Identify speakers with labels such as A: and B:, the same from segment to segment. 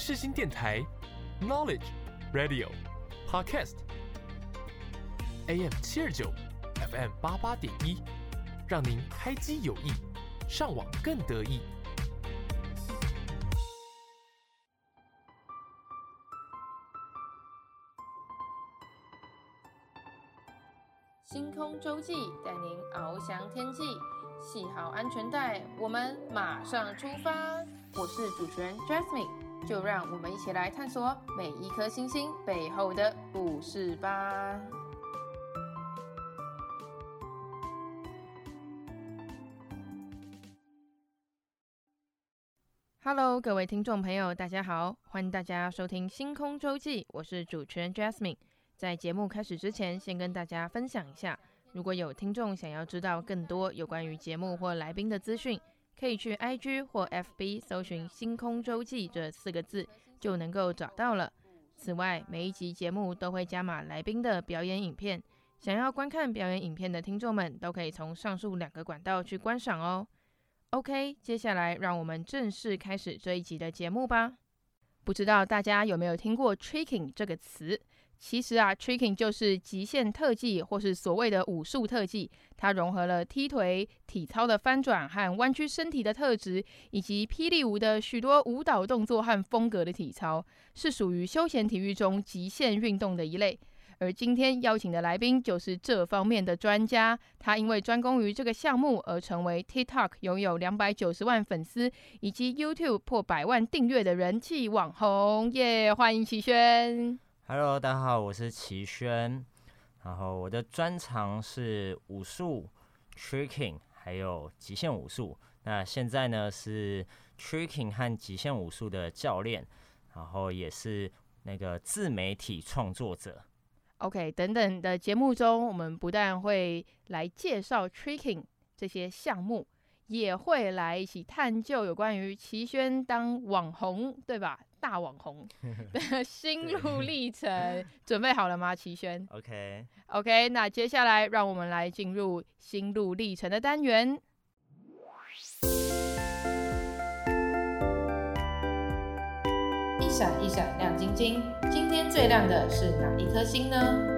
A: 世新电台 Knowledge Radio Podcast AM 729 FM 88.1，让您开机有益，上网更得意。
B: 星空周记带您翱翔天际，系好安全带，我们马上出发。我是主持人 Jasmine， 就让我们一起来探索每一颗星星背后的故事吧。Hello， 各位听众朋友，大家好，欢迎大家收听星空周记，我是主持人 Jasmine。在节目开始之前，先跟大家分享一下，如果有听众想要知道更多有关于节目或来宾的资讯，可以去 IG 或 FB 搜寻星空周记这4个字就能够找到了。此外，每一集节目都会加码来宾的表演影片，想要观看表演影片的听众们都可以从上述2个管道去观赏哦。OK， 接下来让我们正式开始这一集的节目吧。不知道大家有没有听过 tricking 这个词？其实tricking 就是极限特技或是所谓的武术特技，它融合了踢腿、体操的翻转和弯曲身体的特质，以及霹雳舞的许多舞蹈动作和风格的体操，是属于休闲体育中极限运动的一类。而今天邀请的来宾就是这方面的专家，他因为专攻于这个项目而成为 TikTok 拥有290万粉丝以及 YouTube 破100万订阅的人气网红耶！欢迎齐轩。
C: Hello， 大家好，我是齐轩。然后我的专长是武术、tricking， 还有极限武术。那现在呢是 tricking 和极限武术的教练，然后也是那个自媒体创作者。
B: OK， 等等的节目中，我们不但会来介绍 tricking 这些项目，也会来一起探究有关于齐轩当网红，对吧？大网红的心路历程，准备好了吗，齐轩
C: ？OK，
B: 那接下来让我们来进入心路历程的单元。一闪一闪亮晶晶，今天最亮的是哪一颗星呢？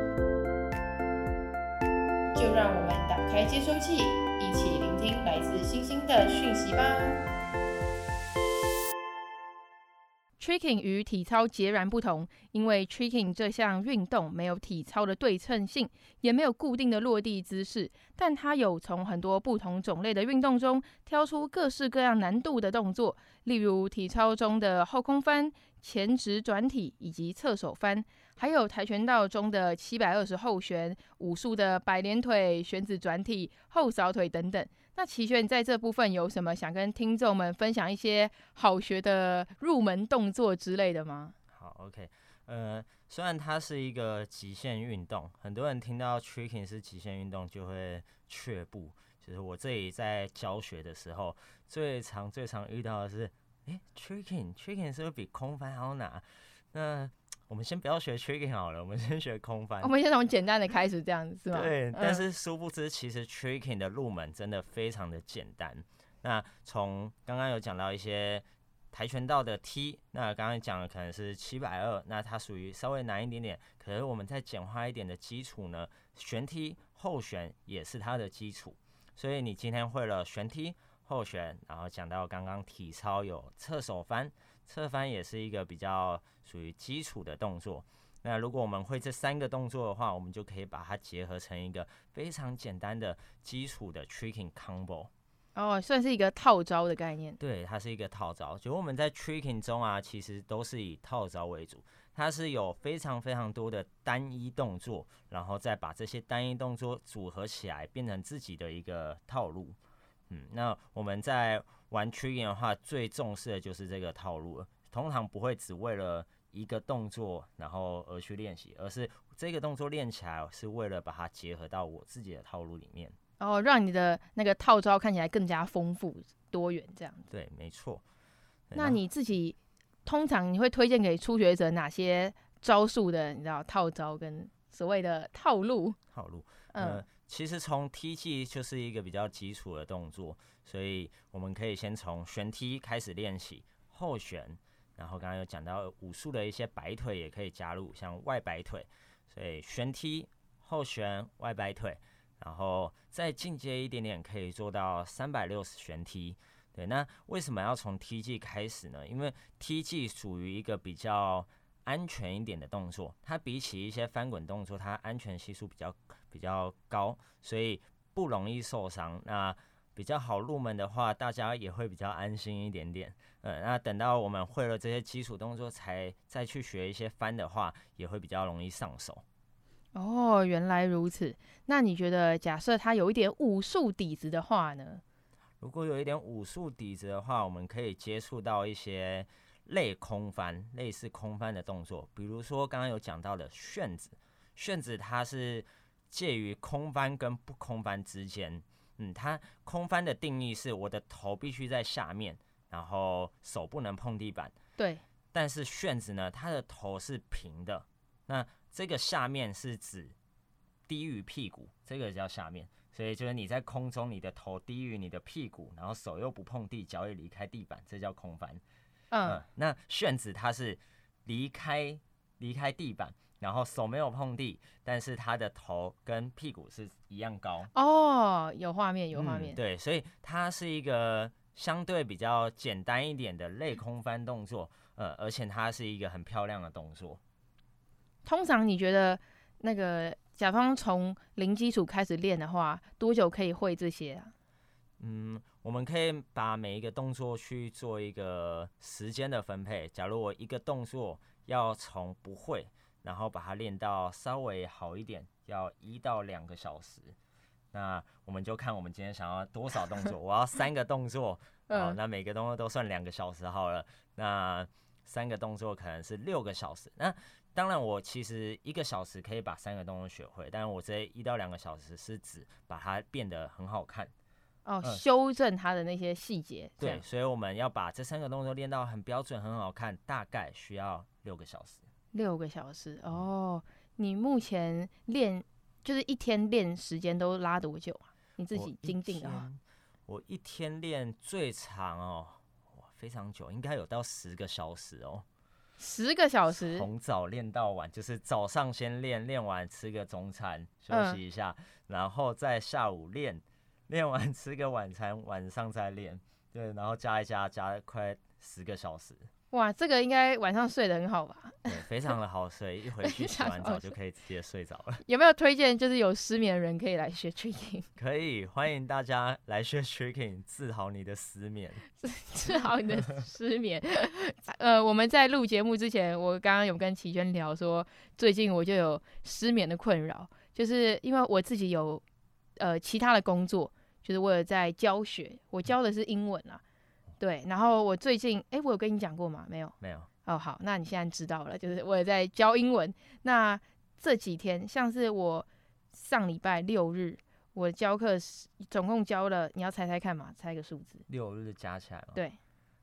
B: 就让我们打开接收器，一起聆听来自星星的讯息吧。Tricking 与体操截然不同，因为 Tricking 这项运动没有体操的对称性，也没有固定的落地姿势，但它有从很多不同种类的运动中挑出各式各样难度的动作，例如体操中的后空翻、前直转体以及侧手翻，还有跆拳道中的720后旋、武术的摆连腿、旋子转体、后扫腿等等。那齐轩在这部分有什么想跟听众们分享一些好学的入门动作之类的吗？
C: 好 ，OK， 虽然它是一个极限运动，很多人听到 tricking 是极限运动就会却步。就是我这里在教学的时候，最常遇到的是，tricking 是不是比空翻还要难？那我们先不要学 tricking 好了，我们先学空翻。
B: 我们先从简单的开始，这样子是吗？
C: 对，但是殊不知，其实 tricking 的入门真的非常的简单。那从刚刚有讲到一些跆拳道的踢，那刚刚讲的可能是720，那它属于稍微难一点点。可是我们再简化一点的基础呢，旋踢、后旋也是它的基础。所以你今天会了旋踢、后旋，然后讲到刚刚体操有侧手翻，侧翻也是一个比较属于基础的动作。那如果我们会这3个动作的话，我们就可以把它结合成一个非常简单的基础的 tricking combo。
B: 算是一个套招的概念。
C: 对，它是一个套招。就我们在 tricking 中其实都是以套招为主，它是有非常非常多的单一动作，然后再把这些单一动作组合起来，变成自己的一个套路。那我们在玩 tricking 的话，最重视的就是这个套路了。通常不会只为了一个动作然后而去练习，而是这个动作练起来是为了把它结合到我自己的套路里面。
B: 让你的那个套招看起来更加丰富多元，这样子。
C: 对，没错。
B: 那你自己通常你会推荐给初学者哪些招数的？你知道套招跟所谓的套路？
C: 其实从踢技就是一个比较基础的动作，所以我们可以先从旋踢开始练习，后旋， 然后刚刚有讲到武术的一些摆腿也可以加入，像外摆腿，所以旋踢、后旋、外摆腿，然后再进阶一点点，可以做到360旋踢。对，那为什么要从踢技开始呢？因为踢技属于一个比较安全一点的动作，它比起一些翻滚动作，它安全系数比较高，所以不容易受伤。那比较好入门的话，大家也会比较安心一点点。那等到我们会了这些基础动作，再去学一些翻的话，也会比较容易上手。
B: 哦，原来如此。那你觉得，假设他有一点武术底子的话呢？
C: 如果有一点武术底子的话，我们可以接触到一些类空翻、类似空翻的动作，比如说刚刚有讲到的旋子。旋子它是介于空翻跟不空翻之间。它空翻的定义是我的头必须在下面，然后手不能碰地板。
B: 对。
C: 但是旋子呢，它的头是平的，那这个下面是指低于屁股，这个叫下面。所以就是你在空中，你的头低于你的屁股，然后手又不碰地，脚也离开地板，这叫空翻。那旋子它是离开地板，然后手没有碰地，但是他的头跟屁股是一样高。
B: 哦，有画面，有画面。
C: 对，所以它是一个相对比较简单一点的类空翻动作，而且它是一个很漂亮的动作。
B: 通常你觉得那个甲方从零基础开始练的话，多久可以会这些啊？
C: 我们可以把每一个动作去做一个时间的分配。假如我一个动作要从不会，然后把它练到稍微好一点，要1到2个小时。那我们就看我们今天想要多少动作。我要3个动作，那每个动作都算2个小时好了。那3个动作可能是6个小时。那当然，我其实1个小时可以把3个动作学会，但是我这1到2个小时是指把它变得很好看。
B: 修正它的那些细节。
C: 对，所以我们要把这3个动作练到很标准、很好看，大概需要6个小时。
B: 6个小时哦。你目前练就是一天练时间都拉多久啊？你自己精进的话？
C: 我一天练最长非常久，应该有到10个小时哦。
B: 10个小时，
C: 从早练到晚，就是早上先练，练完吃个中餐休息一下，然后再下午练完吃个晚餐，晚上再练，对，然后加一加快10个小时。
B: 哇，这个应该晚上睡得很好吧？
C: 对，非常的好睡，一回去洗完澡就可以直接睡着了。
B: 有没有推荐就是有失眠的人可以来学 tricking？
C: 可以，欢迎大家来学 tricking， 治好你的失眠。
B: 治好你的失眠。我们在录节目之前，我刚刚有跟齐娟聊说，最近我就有失眠的困扰，就是因为我自己有其他的工作，就是我有在教学，我教的是英文啊。对，然后我最近，我有跟你讲过吗？没有。
C: 没有。
B: 哦，好，那你现在知道了，就是我也在教英文。那这几天，像是我上礼拜6日，我教课总共教了，你要猜猜看嘛？猜一个数字。
C: 6日加起来吗？
B: 对。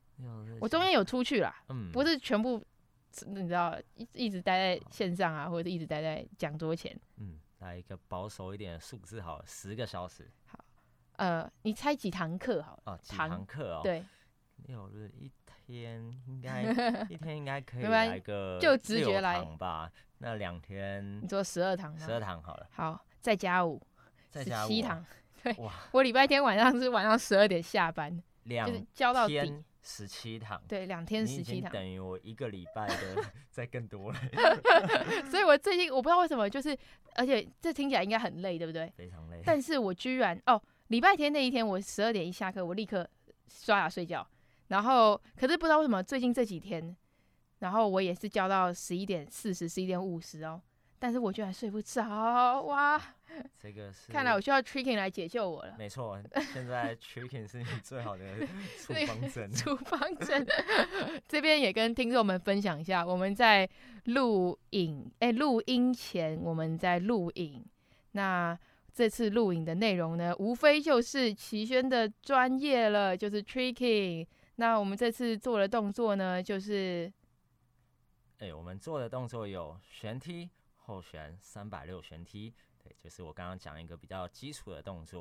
C: 6日。
B: 我中间有出去啦，不是全部，你知道，一直待在线上啊，或者一直待在讲桌前。
C: 来一个保守一点的数字好了，10个小时。
B: 好，你猜几堂课好了？
C: 几堂课哦？
B: 对。
C: 6日一天应该可以来个
B: 就直觉来
C: 6堂吧。那2天
B: 你做12堂吗
C: ？12堂好了。
B: 好，再加5，
C: 再加
B: 17堂。对，
C: 哇，
B: 我礼拜天晚上是晚上12点下班，就是教到底。
C: 2天17堂。
B: 对，2天17堂，
C: 等于我1个礼拜的再更多了。
B: 所以我最近我不知道为什么，就是而且这听起来应该很累，对不对？
C: 非常累。
B: 但是我居然礼拜天那一天我12点一下课，我立刻刷牙睡觉。然后，可是不知道为什么最近这几天，然后我也是教到11点40、11点50哦，但是我居然睡不着，哇！
C: 这个是
B: 看来我需要 tricking 来解救我了。
C: 没错，现在 tricking 是你最好的处方针。
B: 处方针。这边也跟听众们分享一下，我们在录音前我们在录影，那这次录影的内容呢，无非就是齐轩的专业了，就是 tricking。那我们这次做的动作呢，就是
C: 我们做的动作有旋踢、后旋、360旋踢，对，就是我刚刚讲一个比较基础的动作。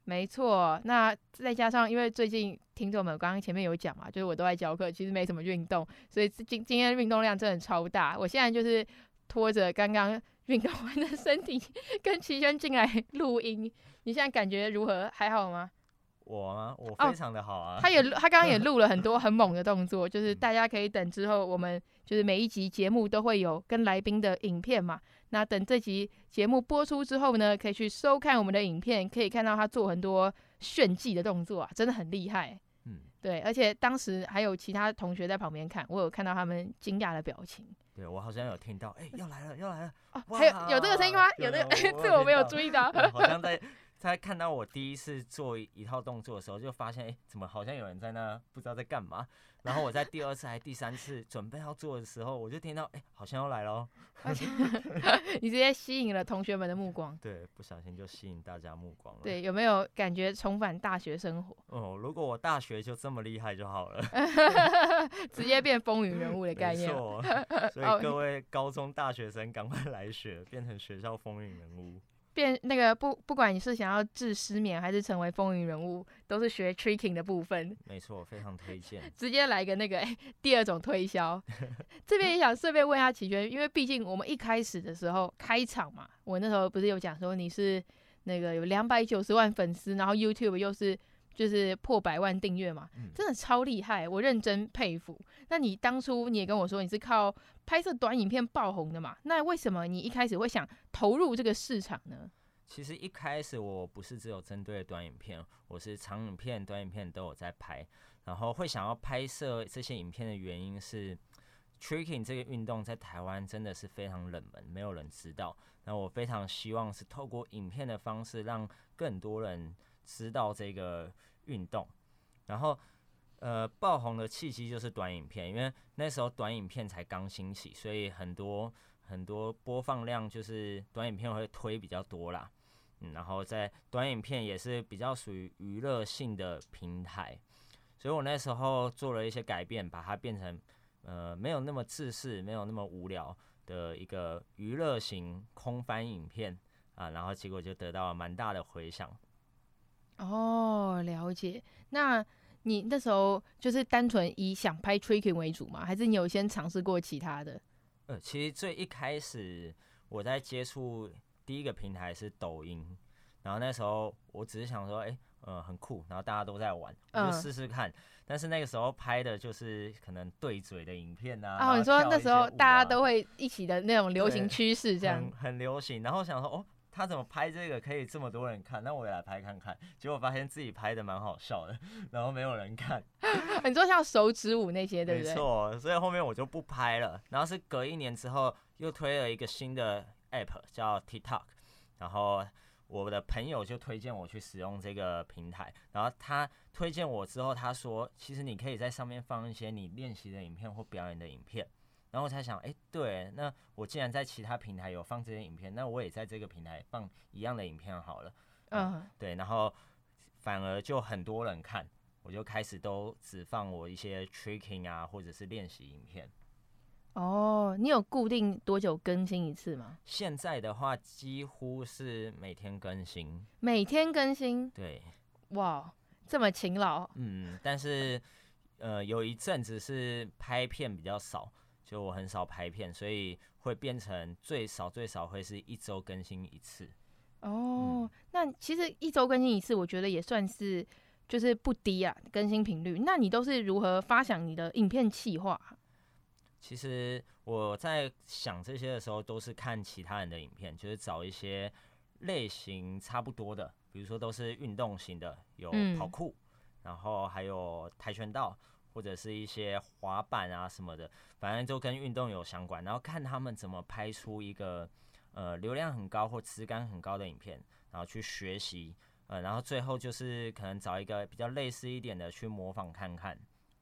B: 没错，那再加上因为最近听众们刚刚前面有讲嘛，就是我都在教课，其实没什么运动，所以今天运动量真的超大。我现在就是拖着刚刚运动完的身体跟齐轩进来录音，你现在感觉如何？还好吗？
C: 我吗？我非常的好啊。
B: 他刚刚也录了很多很猛的动作，就是大家可以等之后我们就是每一集节目都会有跟来宾的影片嘛。那等这集节目播出之后呢，可以去收看我们的影片，可以看到他做很多炫技的动作啊，真的很厉害。对，而且当时还有其他同学在旁边看，我有看到他们惊讶的表情。
C: 对，我好像有听到，要来了，要来了。
B: 还有这个声音吗？有这个，这我没有注意到。
C: 好像在看到我第一次做一套动作的时候，就发现怎么好像有人在那不知道在干嘛。然后我在第二次还第三次准备要做的时候，我就听到好像要来了。
B: 你直接吸引了同学们的目光。
C: 对，不小心就吸引大家目光了。
B: 对，有没有感觉重返大学生活？
C: 如果我大学就这么厉害就好了。
B: 直接变风云人物的概念。
C: 没错，所以各位高中大学生赶快来学，变成学校风云人物。
B: 变那个不管你是想要治失眠还是成为风云人物，都是学 tricking 的部分。
C: 没错，非常推荐。
B: 直接来个那个第二种推销。这边也想顺便问一下齐轩，因为毕竟我们一开始的时候开场嘛，我那时候不是有讲说你是那个有290万粉丝，然后 YouTube 又是就是破100万订阅嘛，真的超厉害，我认真佩服。那你当初你也跟我说你是靠拍摄短影片爆红的嘛？那为什么你一开始会想投入这个市场呢？
C: 其实一开始我不是只有针对短影片，我是长影片、短影片都有在拍。然后会想要拍摄这些影片的原因是 ，tricking 这个运动在台湾真的是非常冷门，没有人知道。那我非常希望是透过影片的方式，让更多人知道这个运动。然后爆红的契机就是短影片，因为那时候短影片才刚兴起，所以很多播放量就是短影片会推比较多啦。然后在短影片也是比较属于娱乐性的平台，所以我那时候做了一些改变，把它变成没有那么制式，没有那么无聊的一个娱乐型空翻影片啊，然后结果就得到了蛮大的回响。
B: 哦，了解。那你那时候就是单纯以想拍 tricking 为主吗？还是你有先尝试过其他的？
C: 其实最一开始我在接触第一个平台是抖音，然后那时候我只是想说，很酷，然后大家都在玩，我就试试看。但是那个时候拍的就是可能对嘴的影片啊。
B: 你说那时候大家都会一起的那种流行趋势，这样
C: 很流行。然后想说，他怎么拍这个可以这么多人看？那我也来拍看看。结果发现自己拍的蛮好笑的，然后没有人看。
B: 你说像手指舞那些，对不对？
C: 没错，所以后面我就不拍了。然后是隔1年之后，又推了一个新的 app 叫 TikTok， 然后我的朋友就推荐我去使用这个平台。然后他推荐我之后，他说其实你可以在上面放一些你练习的影片或表演的影片。然后我才想，对，那我既然在其他平台有放这些影片，那我也在这个平台放一样的影片好了。对，然后反而就很多人看，我就开始都只放我一些 tricking 啊，或者是练习影片。
B: 你有固定多久更新一次吗？
C: 现在的话，几乎是每天更新。
B: 每天更新？
C: 对。
B: 哇，这么勤劳。
C: 但是有一阵子是拍片比较少。就我很少拍片，所以会变成最少会是1周更新1次。
B: 那其实1周更新1次，我觉得也算是就是不低啊，更新频率。那你都是如何发想你的影片企划？
C: 其实我在想这些的时候，都是看其他人的影片，就是找一些类型差不多的，比如说都是运动型的，有跑酷，然后还有跆拳道。或者是一些滑板啊什么的，反正就跟运动有相关，然后看他们怎么拍出一个流量很高或质感很高的影片，然后去学习，然后最后就是可能找一个比较类似一点的去模仿看看。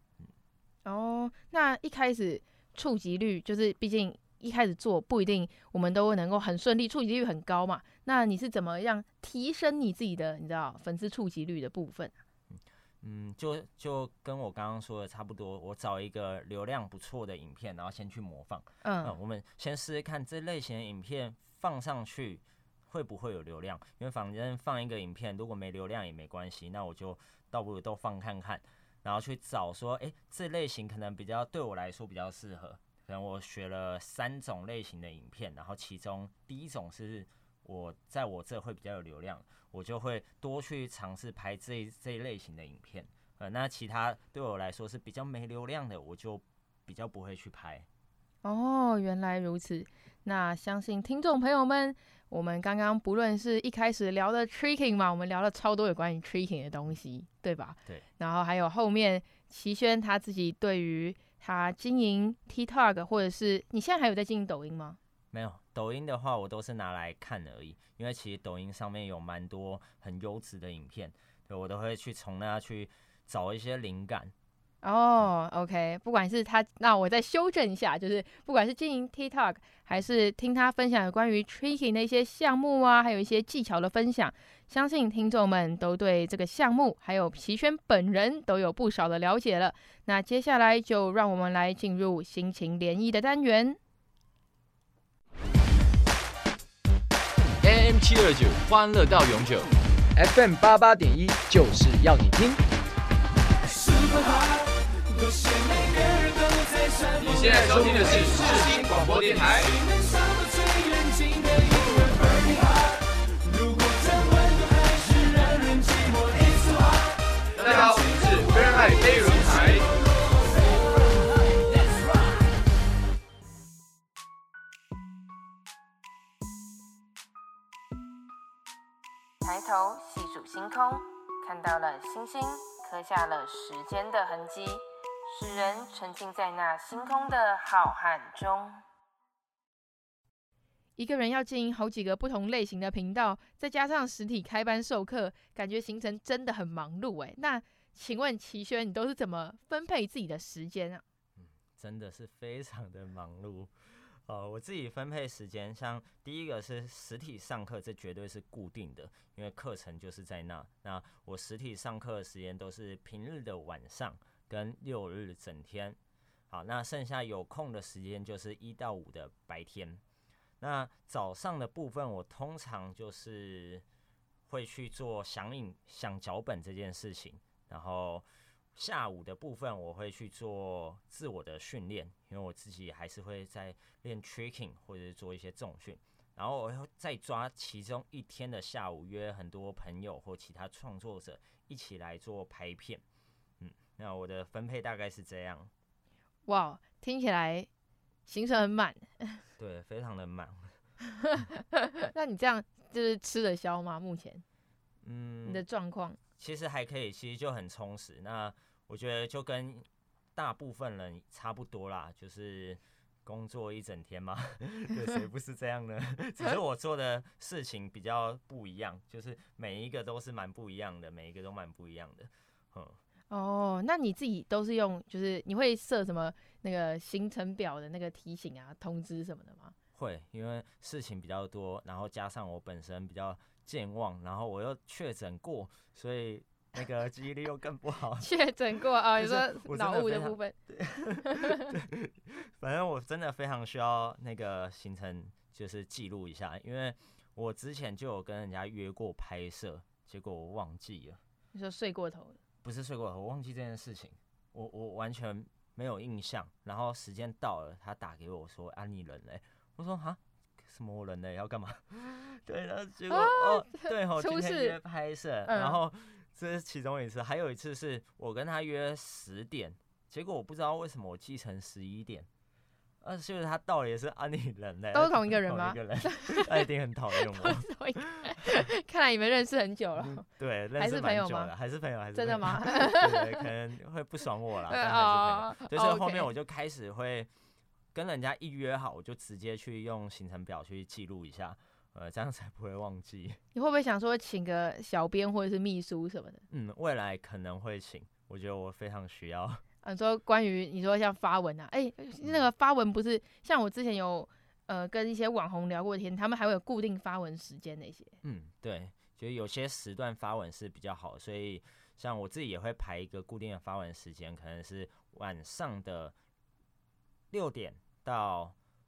B: 那一开始触及率就是毕竟一开始做不一定我们都能够很顺利，触及率很高嘛，那你是怎么样提升你自己的你知道粉丝触及率的部分？
C: 就跟我刚刚说的差不多，我找一个流量不错的影片，然后先去模仿。我们先试试看这类型的影片放上去会不会有流量，因为反正放一个影片，如果没流量也没关系，那我就倒不如都放看看，然后去找说，这类型可能比较对我来说比较适合。可能我学了3种类型的影片，然后其中第一种是我在我这会比较有流量，我就会多去尝试拍这一类型的影片。那其他对我来说是比较没流量的，我就比较不会去拍。
B: 哦，原来如此。那相信听众朋友们，我们刚刚不论是一开始聊的 tricking 嘛，我们聊了超多有关于 tricking 的东西，对吧？
C: 对。
B: 然后还有后面齐轩他自己对于他经营 TikTok， 或者是你现在还有在经营抖音吗？
C: 没有，抖音的话我都是拿来看而已，因为其实抖音上面有蛮多很优质的影片，对，我都会去从那去找一些灵感。
B: OK， 不管是他，那我再修正一下，就是不管是经营 TikTok， 还是听他分享有关于 tricking 的一些项目啊，还有一些技巧的分享，相信听众们都对这个项目还有齐轩本人都有不少的了解了。那接下来就让我们来进入心情涟漪的单元。
A: AM729欢乐到永久
D: FM 88.1就是要你听。
A: 你现在收听的是世新广播电台。大家好，我们是飞海飞轮台。
B: 抬头细数星空，看到了星星，刻下了时间的痕迹，使人沉浸在那星空的浩瀚中。一个人要经营好几个不同类型的频道，再加上实体开班授课，感觉行程真的很忙碌哎。那请问齐轩，你都是怎么分配自己的时间啊？
C: 真的是非常的忙碌。我自己分配时间，像第一个是实体上课，这绝对是固定的，因为课程就是在那。那我实体上课的时间都是平日的晚上跟6日整天。好，那剩下有空的时间就是1到5的白天。那早上的部分，我通常就是会去做想脚本这件事情，然后下午的部分我会去做自我的训练，因为我自己还是会在练 tricking 或者是做一些重训，然后我会再抓其中一天的下午，约很多朋友或其他创作者一起来做拍片。那我的分配大概是这样。
B: 哇，听起来行程很满。
C: 对，非常的满。
B: 那你这样就是吃得消吗？目前，你的状况
C: 其实还可以，其实就很充实。那我觉得就跟大部分人差不多啦，就是工作一整天嘛，对，谁不是这样呢？只是我做的事情比较不一样，就是每一个都是蛮不一样的，每一个都蛮不一样的。
B: 哦，那你自己都是用，就是你会设什么那个行程表的那个提醒啊、通知什么的吗？
C: 会，因为事情比较多，然后加上我本身比较健忘，然后我又确诊过，所以那个记忆力又更不好。
B: 确诊过啊？你说脑雾的部分？
C: 对，反正我真的非常需要那个行程，就是记录一下，因为我之前就有跟人家约过拍摄，结果我忘记了。
B: 你说睡过头了？
C: 不是睡过头，我忘记这件事情，我完全没有印象。然后时间到了，他打给我说：“啊，你人嘞？”我说：“哈，什么我人嘞？要干嘛？”对，然后结果对吼，今天约拍摄，然后这是其中一次，还有一次是我跟他约10点，结果我不知道为什么我记成11点。就是他到了也是你人嘞，
B: 都是同一个人吗？
C: 同一个人，他一定很讨厌我。
B: 看来你们认识很久了。
C: 对，认识蛮久了，还是朋友，
B: 真的吗？
C: 对，可能会不爽我啦，但还是朋友。所以后面我就开始会跟人家一约好，我就直接去用行程表去记录一下，这样才不会忘记。
B: 你会不会想说请个小编或者是秘书什么的？
C: 未来可能会请，我觉得我非常需要。
B: 你说关于你说像发文啊，那个发文不是像我之前有跟一些网红聊过天，他们还会有固定发文时间那些。
C: 对，觉得有些时段发文是比较好，所以像我自己也会排一个固定的发文时间，可能是晚上的6点到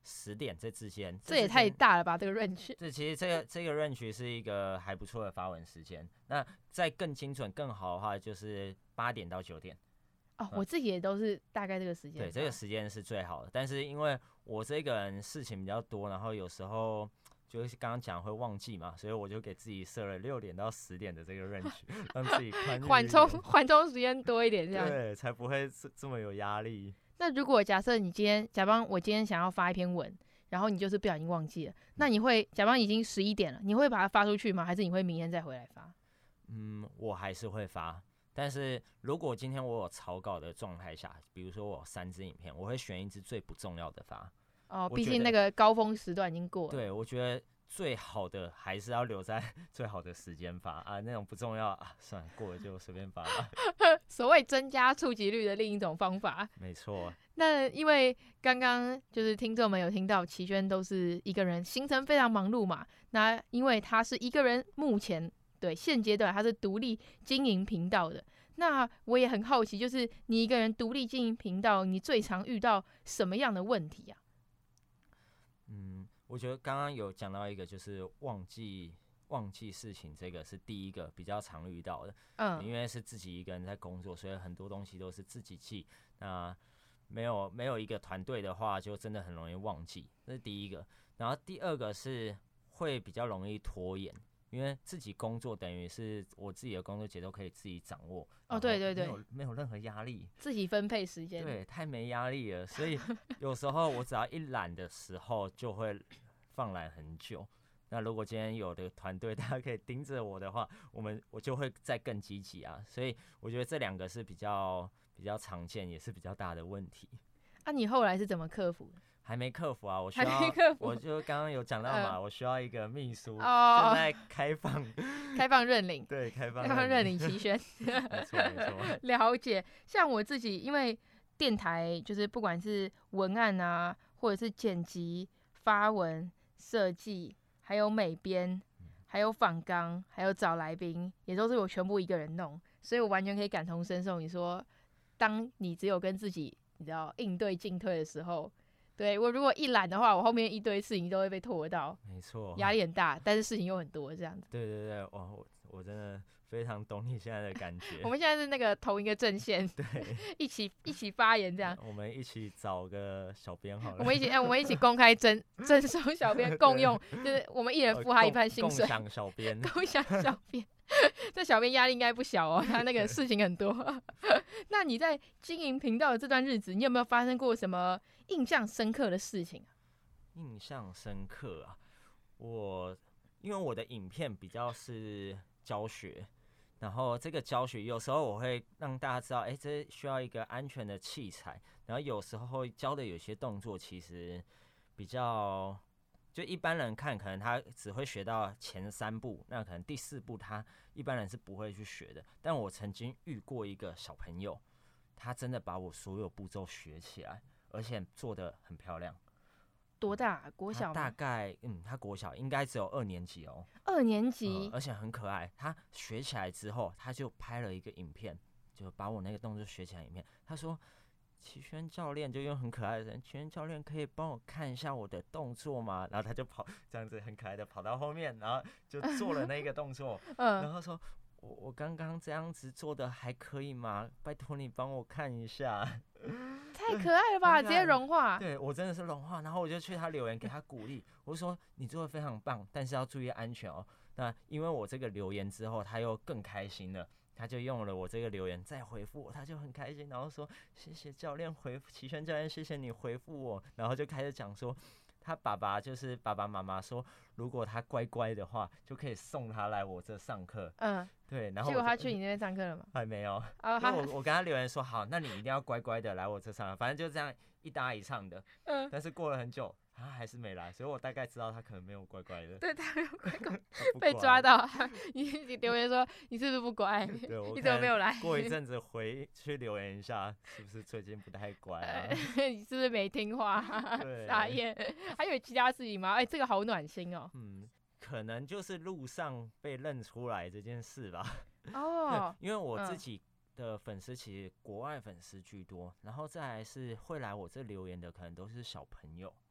C: 10点这之间，
B: 这也太大了吧？这个 range。
C: 这其实这个 range 是一个还不错的发文时间。那再更精准、更好的话，就是8点到9点。
B: 哦，我自己也都是大概这个时间。
C: 对，这个时间是最好的。但是因为我这个人事情比较多，然后有时候就是刚刚讲会忘记嘛，所以我就给自己设了6点到10点的这个 range， 让自己
B: 缓冲时间多一点，这样
C: 对，才不会这么有压力。
B: 那如果假设你假装我今天想要发一篇文，然后你就是不小心忘记了，那你会假装已经11点了，你会把它发出去吗？还是你会明天再回来发？
C: 我还是会发。但是如果今天我有草稿的状态下，比如说我有3支影片，我会选1支最不重要的发。
B: 哦，毕竟那个高峰时段已经过了。
C: 对，我觉得最好的还是要留在最好的时间发啊，那种不重要啊，算了，过了就随便发吧。
B: 所谓增加触及率的另一种方法。
C: 没错。
B: 那因为刚刚就是听众们有听到齐轩都是一个人，行程非常忙碌嘛。那因为他是一个人，目前对现阶段他是独立经营频道的。那我也很好奇，就是你一个人独立经营频道，你最常遇到什么样的问题啊？
C: 我觉得刚刚有讲到一个，就是忘记事情，这个是第一个比较常遇到的。因为是自己一个人在工作，所以很多东西都是自己记。那没有一个团队的话，就真的很容易忘记，这是第一个。然后第二个是会比较容易拖延，因为自己工作等于是我自己的工作节奏可以自己掌握。
B: 哦，对对对，
C: 没有任何压力，
B: 自己分配时间。
C: 对，太没压力了。所以有时候我只要一懒的时候，就会放懒很久。那如果今天有的团队大家可以盯着我的话，我就会再更积极啊。所以我觉得这2个是比较常见，也是比较大的问题。
B: 你后来是怎么克服的？
C: 还没克服啊，我就刚刚有讲到嘛，我需要一个秘书，现在开放
B: 认领，
C: 对，开放
B: 认领齐轩，
C: 没错。
B: 了解。像我自己，因为电台就是不管是文案啊，或者是剪辑、发文、设计，还有美编，还有访纲，还有找来宾，也都是我全部一个人弄，所以我完全可以感同身受。你说，当你只有跟自己你知道应对进退的时候，对我如果一懒的话，我后面一堆事情都会被拖到，
C: 没错，
B: 压力很大，但是事情又很多，这样子。
C: 对，我真的非常懂你现在的感觉。
B: 我们现在是那个同一个阵线，
C: 对，
B: 一起发言这样。
C: 我们一起找个小编好了。
B: 我们一起公开征收小编共用，就是我们一人付他一半薪水。
C: 共享小编，
B: 共享小编。这小编压力应该不小哦，他那个事情很多。那你在经营频道的这段日子，你有没有发生过什么印象深刻的事情？
C: 印象深刻啊，因为我的影片比较是教学，然后这个教学有时候我会让大家知道，这需要一个安全的器材，然后有时候教的有些动作其实比较。就一般人看，可能他只会学到前3步，那可能第4步他一般人是不会去学的。但我曾经遇过一个小朋友，他真的把我所有步骤学起来，而且做得很漂亮。
B: 多大？国小吗？
C: 大概他国小应该只有2年级哦。
B: 2年级，
C: 而且很可爱。他学起来之后，他就拍了一个影片，就把我那个动作学起来的影片。他说。齐轩教练就用很可爱的声，齐轩教练可以帮我看一下我的动作吗？然后他就这样子很可爱的跑到后面，然后就做了那个动作，然后说我刚刚这样子做的还可以吗？拜托你帮我看一下。
B: 太可爱了吧，直接融化。
C: 对，我真的是融化，然后我就去他留言给他鼓励，我说你做的非常棒，但是要注意安全哦。那因为我这个留言之后，他又更开心了。他就用了我这个留言再回复我，他就很开心，然后说谢谢教练齐轩教练，谢谢你回复我，然后就开始讲说他爸爸就是爸爸妈妈说，如果他乖乖的话，就可以送他来我这上课。对，然后
B: 结果他去你那边上课了吗？
C: 还没有。我跟他留言说好，那你一定要乖乖的来我这上课，反正就这样一搭一唱的。但是过了很久。他还是没来，所以我大概知道他可能没有乖乖的。
B: 对，他没有乖乖，被抓到。你留言说你是不是不乖？
C: 对，
B: 你怎么没有来？
C: 过一阵子回去留言一下，是不是最近不太乖啊？
B: 你是不是没听话？傻眼。还有其他事情吗？这个好暖心哦。
C: 可能就是路上被认出来这件事吧。因为我自己的粉丝其实国外粉丝居多，然后再来是会来我这留言的，可能都是小朋友。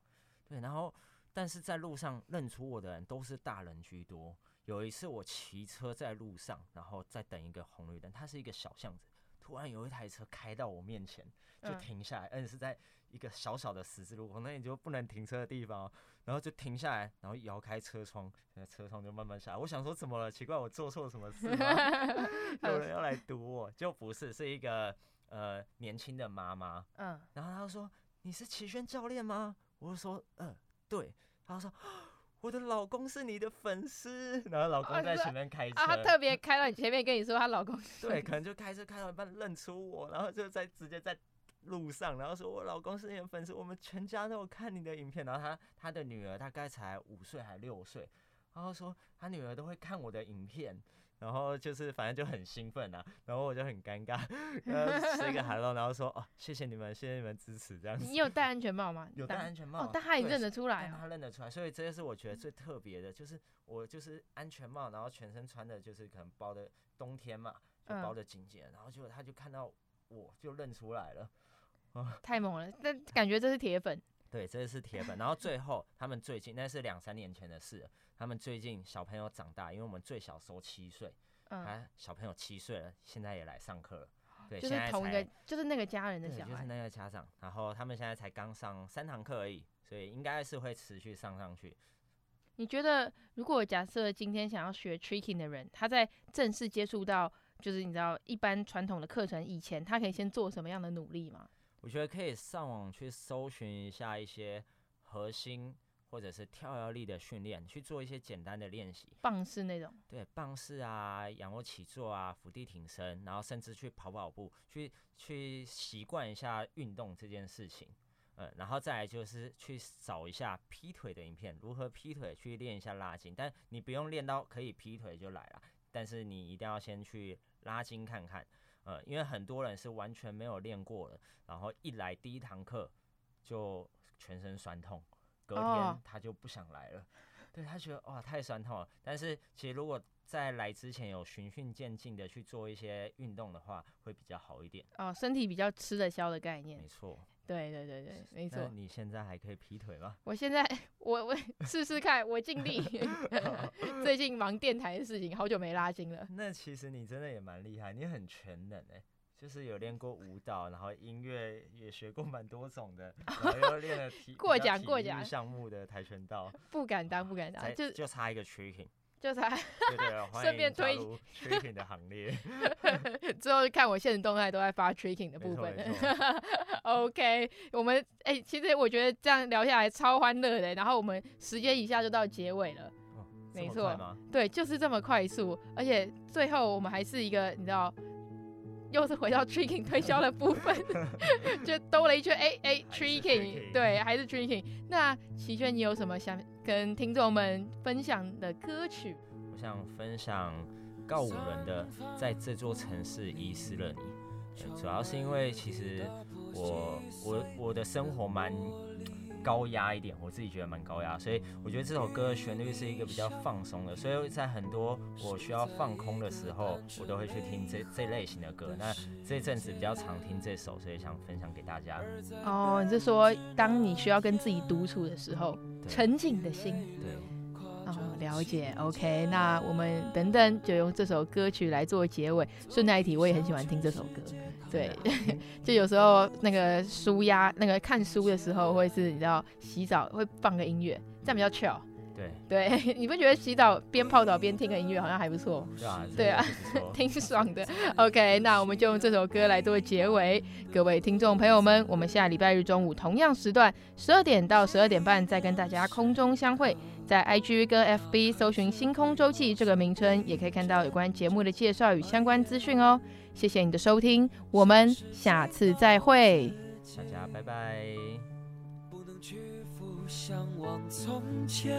C: 对，然后但是在路上认出我的人都是大人居多。有一次我骑车在路上，然后在等一个红绿灯，它是一个小巷子，突然有一台车开到我面前，就停下来，而且是在一个小小的十字路口，那你就不能停车的地方，然后就停下来，然后摇开车窗，车窗就慢慢下来。我想说怎么了？奇怪，我做错什么事吗？有人要来堵我？就不是，是一个年轻的妈妈。然后她就说：“你是齐轩教练吗？”我就说：“对。”她说：“我的老公是你的粉丝。”然后老公在前面开车，
B: 她特别开到你前面跟你说她老公是。
C: 对，可能就开车开到一半认出我，然后就直接在路上，然后说我老公是你的粉丝，我们全家都有看你的影片。然后他的女儿大概才5岁还6岁，然后说他女儿都会看我的影片，然后就是反正就很兴奋啊，然后我就很尴尬，say一个 hello， 然后说谢谢你们支持这样子。
B: 你有戴安全帽吗？
C: 有戴安全帽，
B: 但他也认得出来
C: 他认得出来，所以这是我觉得最特别的，就是我就是安全帽，然后全身穿的就是可能包的冬天嘛，就包的紧紧的，然后他就看到我就认出来了。
B: 太猛了，但感觉这是铁粉。
C: 对，这是铁粉。然后最后他们最近，那是2-3年前的事了，他们最近小朋友长大，因为我们最小时候7岁，小朋友7岁了，现在也来上课了。对，
B: 就是同一个，就是那个家人的小孩，
C: 就是那个家长。然后他们现在才刚上3堂课而已，所以应该是会持续上去。
B: 你觉得，如果假设今天想要学 tricking 的人，他在正式接触到就是你知道一般传统的课程以前，他可以先做什么样的努力吗？
C: 我觉得可以上网去搜寻一下一些核心或者是跳跃力的训练，去做一些简单的练习，
B: 棒式那种。
C: 对，棒式啊，仰卧起坐啊，伏地挺身，然后甚至去跑步，去习惯一下运动这件事情。然后再来就是去找一下劈腿的影片，如何劈腿，去练一下拉筋。但你不用练到可以劈腿就来了，但是你一定要先去拉筋看看。因为很多人是完全没有练过的，然后一来第1堂课就全身酸痛，隔天他就不想来了。对，他觉得哇太酸痛了。但是其实如果在来之前有循序渐进的去做一些运动的话，会比较好一点。
B: 身体比较吃得消的概念。
C: 没错。
B: 对，没错。
C: 那你现在还可以劈腿吗？
B: 我现在我试试看，我尽力。最近忙电台的事情，好久没拉筋了。
C: 那其实你真的也蛮厉害，你很全能就是有练过舞蹈，然后音乐也学过蛮多种的，然后又练了
B: 过奖
C: 项目的跆拳道。
B: 不敢当，
C: 就差一个 tricking。
B: 就才
C: 顺便推 tricking 的行列。
B: 之后看我现实动态都在发 tricking 的部分。OK， 我们其实我觉得这样聊下来超欢乐的，然后我们时间一下就到结尾了。没错，对，就是这么快速，而且最后我们还是一个你知道。又是回到 tricking 推销的部分，就兜了一圈，tricking， 对，还是 tricking。那齐轩，你有什么想跟听众们分享的歌曲？
C: 我想分享告五人的《在这座城市遗失了你》，主要是因为其实我的生活蛮高压一点，我自己觉得蛮高压，所以我觉得这首歌的旋律是一个比较放松的，所以在很多我需要放空的时候，我都会去听这类型的歌。那这阵子比较常听这首，所以想分享给大家。
B: 你是说当你需要跟自己独处的时候，沉静的心。
C: 对。
B: 了解 ，OK， 那我们等等就用这首歌曲来做结尾。顺带一提，我也很喜欢听这首歌。对，就有时候那个舒压，那个看书的时候，或者是你知道洗澡会放个音乐，这样比较 chill。对，你不觉得洗澡边泡澡边听个音乐好像还不错？对啊，挺爽的。OK， 那我们就用这首歌来做结尾。各位听众朋友们，我们下礼拜日中午同样时段12点到12点半再跟大家空中相会。在 IG 跟 FB 搜寻星空周记这个名称，也可以看到有关节目的介绍与相关资讯哦。谢谢你的收听，我们下次再会，
C: 大家拜拜。
E: 不能屈服向往从前，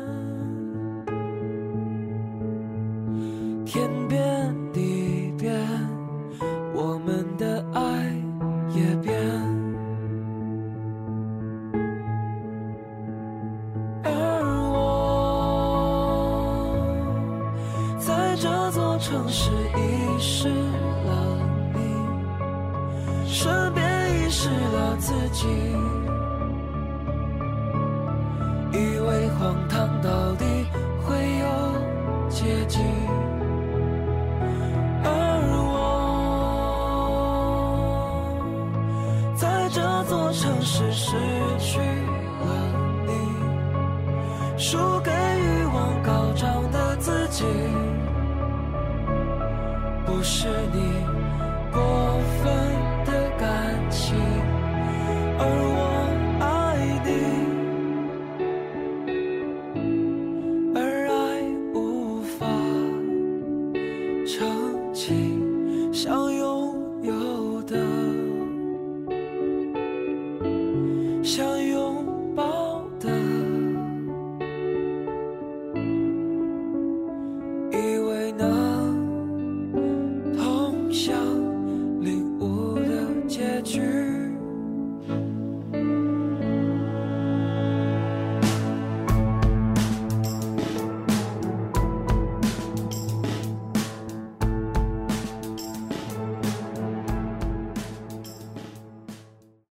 E: 天变地变，我们的爱也变。城市遗失了你，顺便遗失了自己。 失去了你，输给欲望高涨的自己，不是你过分的感情，而我爱你，而爱无法澄清想拥有的，想